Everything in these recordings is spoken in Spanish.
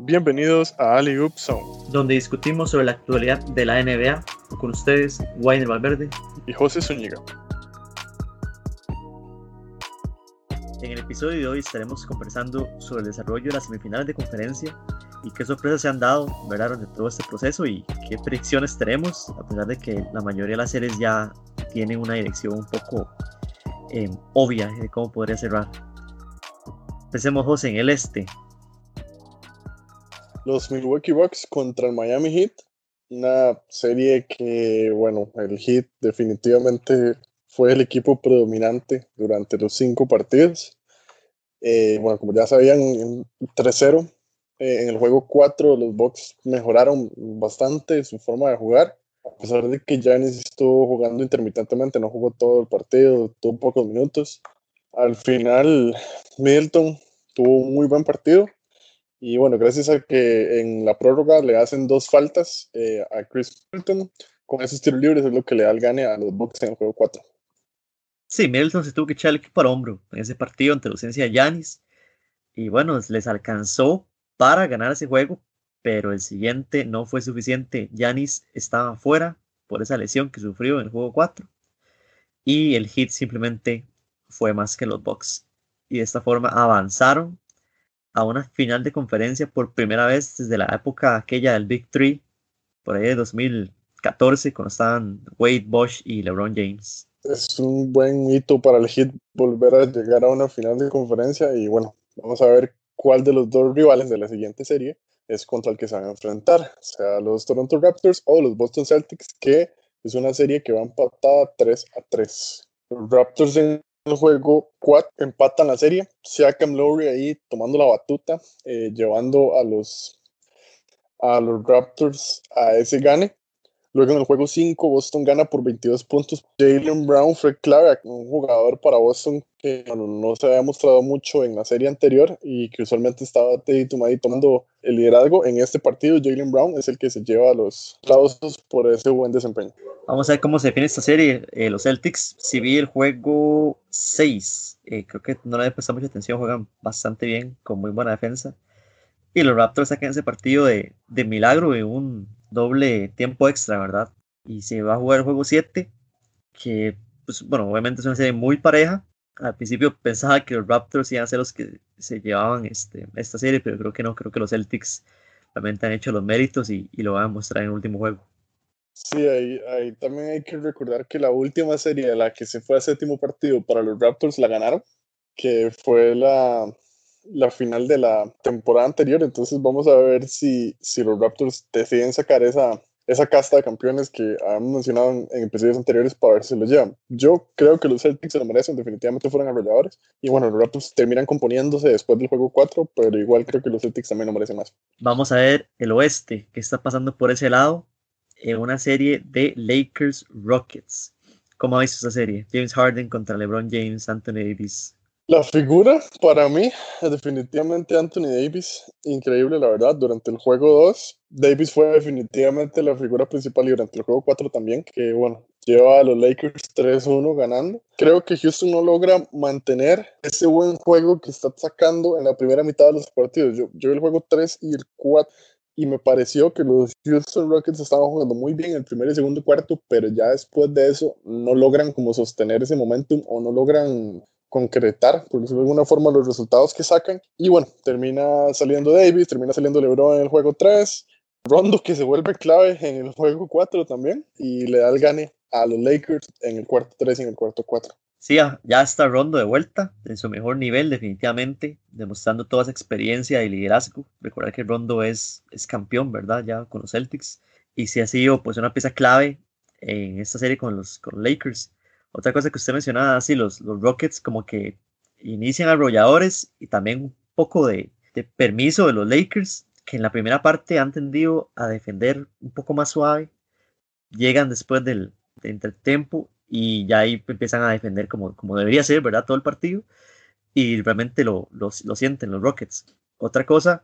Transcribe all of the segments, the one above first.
Bienvenidos a Alley Oop Zone, donde discutimos sobre la actualidad de la NBA. Con ustedes, Wayner Valverde y José Zúñiga. En el episodio de hoy estaremos conversando sobre el desarrollo de las semifinales de conferencia y qué sorpresas se han dado, ¿verdad?, durante todo este proceso y qué predicciones tenemos, a pesar de que la mayoría de las series ya tienen una dirección un poco obvia de cómo podría cerrar. Empecemos, José, en el este. Los Milwaukee Bucks contra el Miami Heat, una serie que, el Heat definitivamente fue el equipo predominante durante los 5 partidos. Como ya sabían, 3-0. En el juego 4 los Bucks mejoraron bastante su forma de jugar, a pesar de que Giannis estuvo jugando intermitentemente, no jugó todo el partido, tuvo pocos minutos. Al final, Middleton tuvo un muy buen partido. Y gracias a que en la prórroga le hacen 2 faltas a Chris Middleton, con esos tiros libres es lo que le da el gane a los Bucks en el juego 4. Sí, Middleton se tuvo que echar el equipo al hombro en ese partido ante la ausencia de Giannis. Y bueno, les alcanzó para ganar ese juego, pero el siguiente no fue suficiente. Giannis estaba fuera por esa lesión que sufrió en el juego 4. Y el Heat simplemente fue más que los Bucks. Y de esta forma avanzaron a una final de conferencia por primera vez desde la época aquella del Big Three, por ahí de 2014, cuando estaban Wade, Bosh y LeBron James. Es un buen hito para el Heat volver a llegar a una final de conferencia y vamos a ver cuál de los 2 rivales de la siguiente serie es contra el que se van a enfrentar, sea los Toronto Raptors o los Boston Celtics, que es una serie que va empatada 3-3. Los Raptors en el juego 4 empatan la serie, Siakam, Lowry ahí tomando la batuta, llevando a los Raptors a ese gane. Luego en el juego 5, Boston gana por 22 puntos. Jaylen Brown fue clave, un jugador para Boston que no se había mostrado mucho en la serie anterior y que usualmente estaba tomando el liderazgo. En este partido, Jaylen Brown es el que se lleva los aplausos por ese buen desempeño. Vamos a ver cómo se define esta serie. Los Celtics, si vi el juego 6, creo que no le he prestado mucha atención, juegan bastante bien, con muy buena defensa. Y los Raptors sacan ese partido de milagro de un doble tiempo extra, ¿verdad? Y se va a jugar el juego 7, que, pues, obviamente es una serie muy pareja. Al principio pensaba que los Raptors iban a ser los que se llevaban esta serie, pero creo que no, creo que los Celtics realmente han hecho los méritos y lo van a mostrar en el último juego. Sí, ahí también hay que recordar que la última serie de la que se fue a 7º partido para los Raptors la ganaron, que fue la final de la temporada anterior. Entonces vamos a ver si los Raptors deciden sacar esa casta de campeones que habíamos mencionado en episodios anteriores para ver si lo llevan. Yo creo que los Celtics se lo merecen, definitivamente fueron arrolladores. Y los Raptors terminan componiéndose después del juego 4, pero igual creo que los Celtics también lo merecen más. Vamos a ver el oeste, que está pasando por ese lado, en una serie de Lakers Rockets. ¿Cómo ha visto esta serie? James Harden contra LeBron James, Anthony Davis. La figura para mí es definitivamente Anthony Davis, increíble la verdad. Durante el juego 2 Davis fue definitivamente la figura principal y durante el juego 4 también, que lleva a los Lakers 3-1 ganando. Creo que Houston no logra mantener ese buen juego que está sacando en la primera mitad de los partidos. Yo vi el juego 3 y el 4 y me pareció que los Houston Rockets estaban jugando muy bien el primer y segundo cuarto, pero ya después de eso no logran como sostener ese momentum o no logran concretar, por decirlo de alguna forma, los resultados que sacan. Y termina saliendo Davis, termina saliendo LeBron en el juego 3, Rondo que se vuelve clave en el juego 4 también, y le da el gane a los Lakers en el cuarto 3 y en el cuarto 4. Sí, ya está Rondo de vuelta en su mejor nivel, definitivamente, demostrando toda esa experiencia y liderazgo. Recordar que Rondo es campeón, ¿verdad? Ya con los Celtics. Y sí ha sido pues una pieza clave en esta serie con los Lakers. Otra cosa que usted mencionaba, sí, los Rockets como que inician arrolladores y también un poco de permiso de los Lakers, que en la primera parte han tendido a defender un poco más suave. Llegan después del entretiempo y ya ahí empiezan a defender como debería ser, ¿verdad? Todo el partido y realmente lo sienten los Rockets. Otra cosa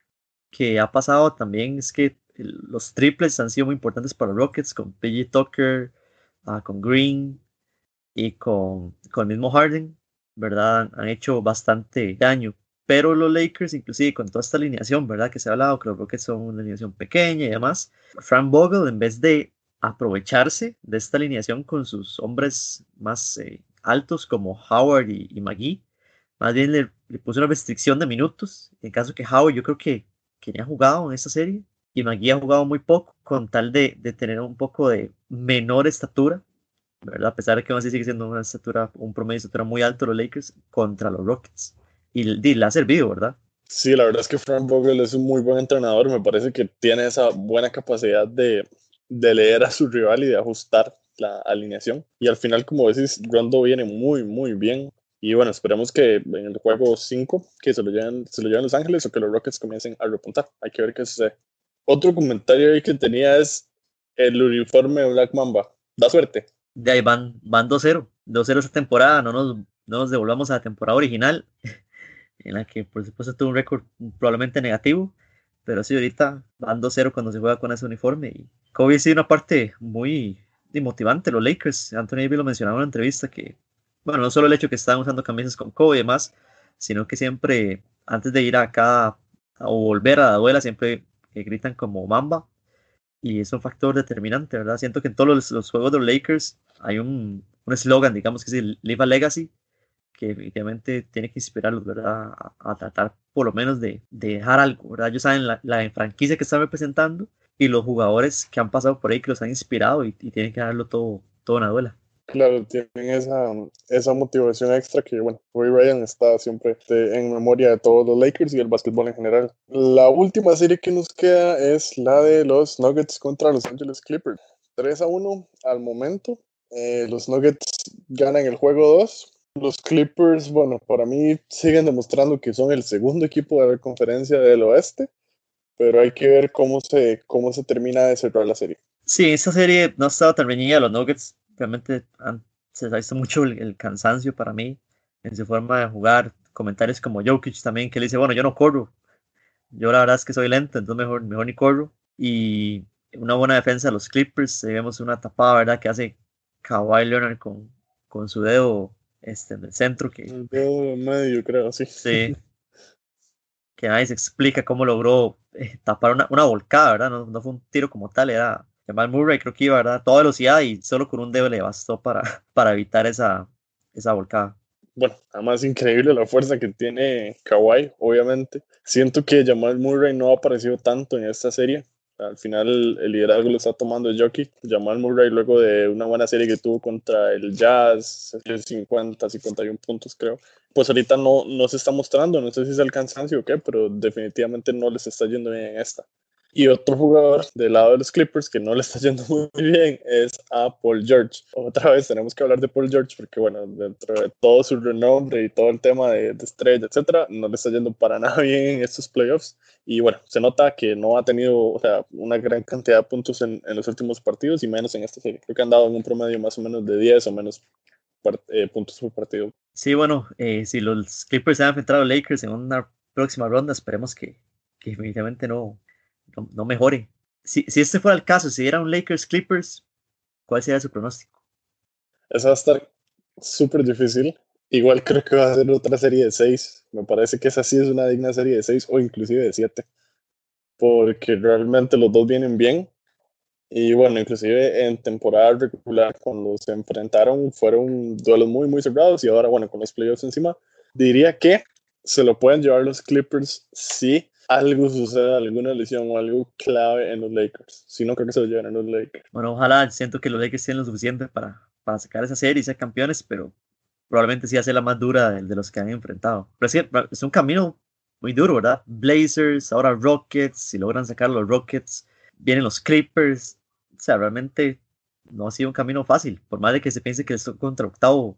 que ha pasado también es que los triples han sido muy importantes para los Rockets con PJ Tucker, con Green y con el mismo Harden, ¿verdad? Han hecho bastante daño pero los Lakers, inclusive con toda esta alineación, ¿verdad? Que se ha hablado que los Rockets son una alineación pequeña y demás, Frank Vogel, en vez de aprovecharse de esta alineación con sus hombres más altos como Howard y McGee, más bien le puso una restricción de minutos, en caso que Howard yo creo que ni ha jugado en esta serie, y McGee ha jugado muy poco, con tal de tener un poco de menor estatura, ¿verdad? A pesar de que aún así sigue siendo una estatura, un promedio de estatura muy alto los Lakers contra los Rockets. Y le ha servido, ¿verdad? Sí, la verdad es que Frank Vogel es un muy buen entrenador. Me parece que tiene esa buena capacidad de leer a su rival y de ajustar la alineación. Y al final, como decís, Rondo viene muy, muy bien. Y bueno, esperemos que en el juego 5 que se lo lleven Los Ángeles o que los Rockets comiencen a repuntar. Hay que ver qué sucede. Otro comentario ahí que tenía es el uniforme de Black Mamba. Da suerte. De ahí van 2-0, 2-0 esta temporada, no nos devolvamos a la temporada original, en la que por supuesto tuvo un récord probablemente negativo, pero sí, ahorita van 2-0 cuando se juega con ese uniforme. Y Kobe ha sido una parte muy motivante, los Lakers. Anthony Davis lo mencionaba en una entrevista que, bueno, no solo el hecho que estaban usando camisas con Kobe y demás, sino que siempre, antes de ir acá o volver a la duela, siempre gritan como Mamba. Y es un factor determinante, ¿verdad? Siento que en todos los juegos de los Lakers hay un eslogan, digamos que es el Leave a Legacy, que definitivamente tiene que inspirarlos, ¿verdad? A tratar por lo menos de dejar algo, ¿verdad? Ellos saben la franquicia que están representando y los jugadores que han pasado por ahí que los han inspirado y tienen que darlo todo en la duela. Claro, tienen esa motivación extra que, bueno, Kobe Bryant está siempre en memoria de todos los Lakers y el básquetbol en general. La última serie que nos queda es la de los Nuggets contra Los Angeles Clippers. 3-1 al momento. Los Nuggets ganan el juego 2. Los Clippers, bueno, para mí siguen demostrando que son el segundo equipo de la conferencia del oeste, pero hay que ver cómo se termina de cerrar la serie. Sí, esa serie no ha estado tan reñida, los Nuggets realmente se ha visto mucho el cansancio para mí en su forma de jugar. Comentarios como Jokic también, que le dice, bueno, yo no corro, yo la verdad es que soy lento, entonces mejor ni corro. Y una buena defensa de los Clippers. Vemos una tapada, ¿verdad? Que hace Kawhi Leonard con su dedo en el centro, que, El dedo medio, creo, sí. sí, que nadie se explica cómo logró tapar una volcada, ¿verdad? No fue un tiro como tal, era Jamal Murray, creo que iba, ¿verdad? A toda velocidad y solo con un dedo le bastó para evitar esa volcada. Bueno, además increíble la fuerza que tiene Kawhi, obviamente. Siento que Jamal Murray no ha aparecido tanto en esta serie. Al final el liderazgo lo está tomando Jokic. Jamal Murray luego de una buena serie que tuvo contra el Jazz, 50, 51 puntos creo. Pues ahorita no se está mostrando, no sé si es el cansancio o qué, pero definitivamente no les está yendo bien en esta. Y otro jugador del lado de los Clippers que no le está yendo muy bien es a Paul George. Otra vez tenemos que hablar de Paul George porque, bueno, dentro de todo su renombre y todo el tema de estrella, etcétera, no le está yendo para nada bien en estos playoffs. Y bueno, se nota que no ha tenido, o sea, una gran cantidad de puntos en los últimos partidos y menos en esta serie. Creo que han dado en un promedio más o menos de 10 o menos puntos por partido. Sí, bueno, si los Clippers se han enfrentado a los Lakers en una próxima ronda, esperemos que definitivamente no mejore. Si este fuera el caso, si era un Lakers Clippers, ¿cuál sería su pronóstico? Esa va a estar súper difícil. Igual creo que va a ser otra serie de 6. Me parece que esa sí es una digna serie de 6 o inclusive de 7. Porque realmente los dos vienen bien. Y bueno, inclusive en temporada regular, cuando se enfrentaron, fueron duelos muy, muy cerrados. Y ahora, bueno, con los playoffs encima, diría que se lo pueden llevar los Clippers si algo sucede, alguna lesión o algo clave en los Lakers. Si no, creo que se lo lleven a los Lakers. Bueno, ojalá, siento que los Lakers tienen lo suficiente para sacar esa serie y ser campeones, pero probablemente sí va a ser la más dura de los que han enfrentado. Pero es un camino muy duro, ¿verdad? Blazers, ahora Rockets, si logran sacar los Rockets, vienen los Clippers. O sea, realmente no ha sido un camino fácil. Por más de que se piense que esto contra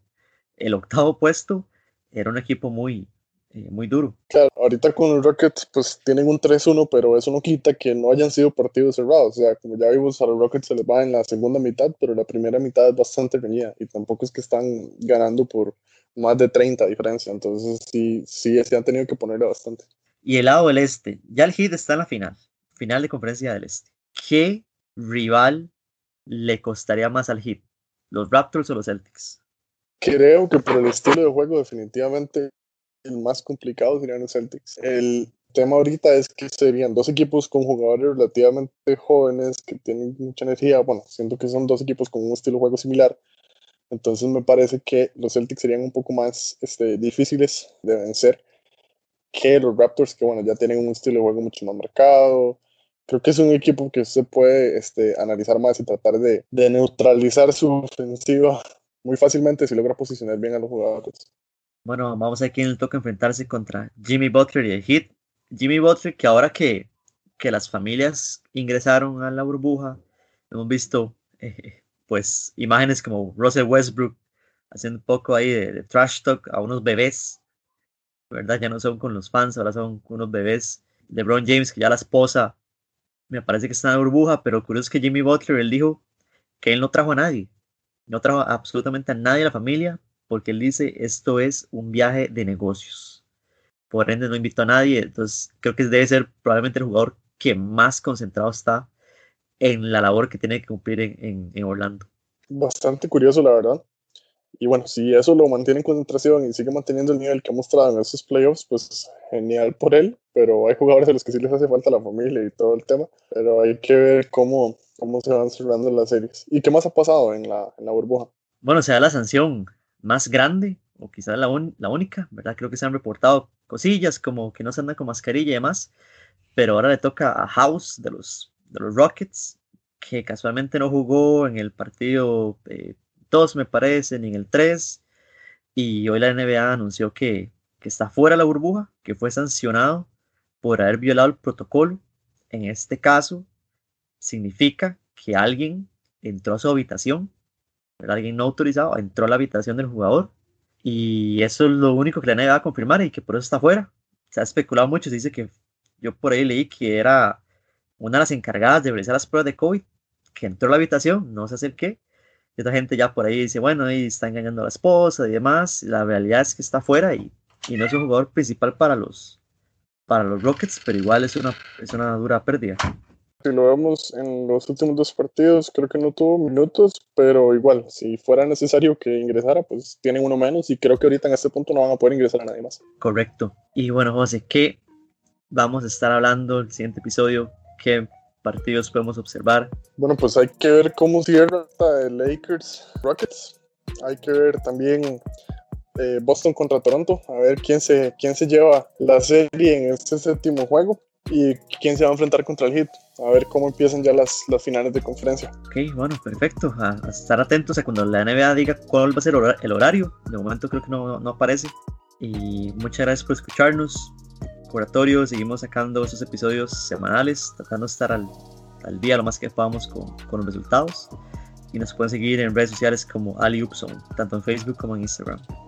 el octavo puesto, era un equipo muy duro. Claro, ahorita con los Rockets pues tienen un 3-1, pero eso no quita que no hayan sido partidos cerrados. O sea, como ya vimos, a los Rockets se les va en la segunda mitad, pero la primera mitad es bastante reñida y tampoco es que están ganando por más de 30 diferencia. Entonces sí se han tenido que ponerle bastante. Y el lado del este, ya el Heat está en la final de conferencia del este. ¿Qué rival le costaría más al Heat? ¿Los Raptors o los Celtics? Creo que por el estilo de juego definitivamente el más complicado serían los Celtics. El tema ahorita es que serían dos equipos con jugadores relativamente jóvenes que tienen mucha energía. Bueno, siento que son dos equipos con un estilo de juego similar. Entonces me parece que los Celtics serían un poco más difíciles de vencer que los Raptors, que bueno, ya tienen un estilo de juego mucho más marcado. Creo que es un equipo que se puede analizar más y tratar de neutralizar su ofensiva muy fácilmente si logra posicionar bien a los jugadores. Bueno, vamos a ver quién le toca enfrentarse contra Jimmy Butler y el Heat. Jimmy Butler, que ahora que las familias ingresaron a la burbuja, hemos visto pues imágenes como Russell Westbrook haciendo un poco ahí de trash talk a unos bebés, ¿verdad? Ya no son con los fans, ahora son con unos bebés. LeBron James, que ya la esposa me parece que está en la burbuja, pero curioso es que Jimmy Butler, él dijo que él no trajo a nadie, no trajo absolutamente a nadie a la familia, porque él dice, esto es un viaje de negocios. Por ende, no invitó a nadie, entonces creo que debe ser probablemente el jugador que más concentrado está en la labor que tiene que cumplir en Orlando. Bastante curioso, la verdad. Y bueno, si eso lo mantiene en concentración y sigue manteniendo el nivel que ha mostrado en esos playoffs, pues genial por él, pero hay jugadores a los que sí les hace falta la familia y todo el tema, pero hay que ver cómo se van cerrando las series. ¿Y qué más ha pasado en la burbuja? Bueno, se da la sanción más grande, o quizás la única, ¿verdad? Creo que se han reportado cosillas como que no se anda con mascarilla y demás, pero ahora le toca a House de los Rockets, que casualmente no jugó en el partido 2, me parece, ni en el 3, y hoy la NBA anunció que está fuera de la burbuja, que fue sancionado por haber violado el protocolo. En este caso, significa que alguien entró a su habitación, alguien no autorizado, entró a la habitación del jugador, y eso es lo único que la NBA va a confirmar y que por eso está fuera. Se ha especulado mucho, se dice que yo por ahí leí que era una de las encargadas de realizar las pruebas de COVID, que entró a la habitación, no sé hacer qué, y otra gente ya por ahí dice, bueno, ahí está engañando a la esposa y demás. La realidad es que está fuera y no es un jugador principal para los Rockets, pero igual es una dura pérdida. Si lo vemos en los últimos dos partidos, creo que no tuvo minutos, pero igual, si fuera necesario que ingresara, pues tienen uno menos y creo que ahorita en este punto no van a poder ingresar a nadie más. Correcto. Y bueno, José, ¿qué vamos a estar hablando el siguiente episodio? ¿Qué partidos podemos observar? Bueno, pues hay que ver cómo cierra el Lakers Rockets. Hay que ver también Boston contra Toronto, a ver quién se lleva la serie en este séptimo juego y quién se va a enfrentar contra el Heat, a ver cómo empiezan ya las finales de conferencia. Ok, bueno, perfecto, a estar atentos a cuando la NBA diga cuál va a ser el horario. De momento creo que no aparece. Y muchas gracias por escucharnos. Curatorio, seguimos sacando esos episodios semanales, tratando de estar al día lo más que podamos con los resultados. Y nos pueden seguir en redes sociales como Ali Upson, tanto en Facebook como en Instagram.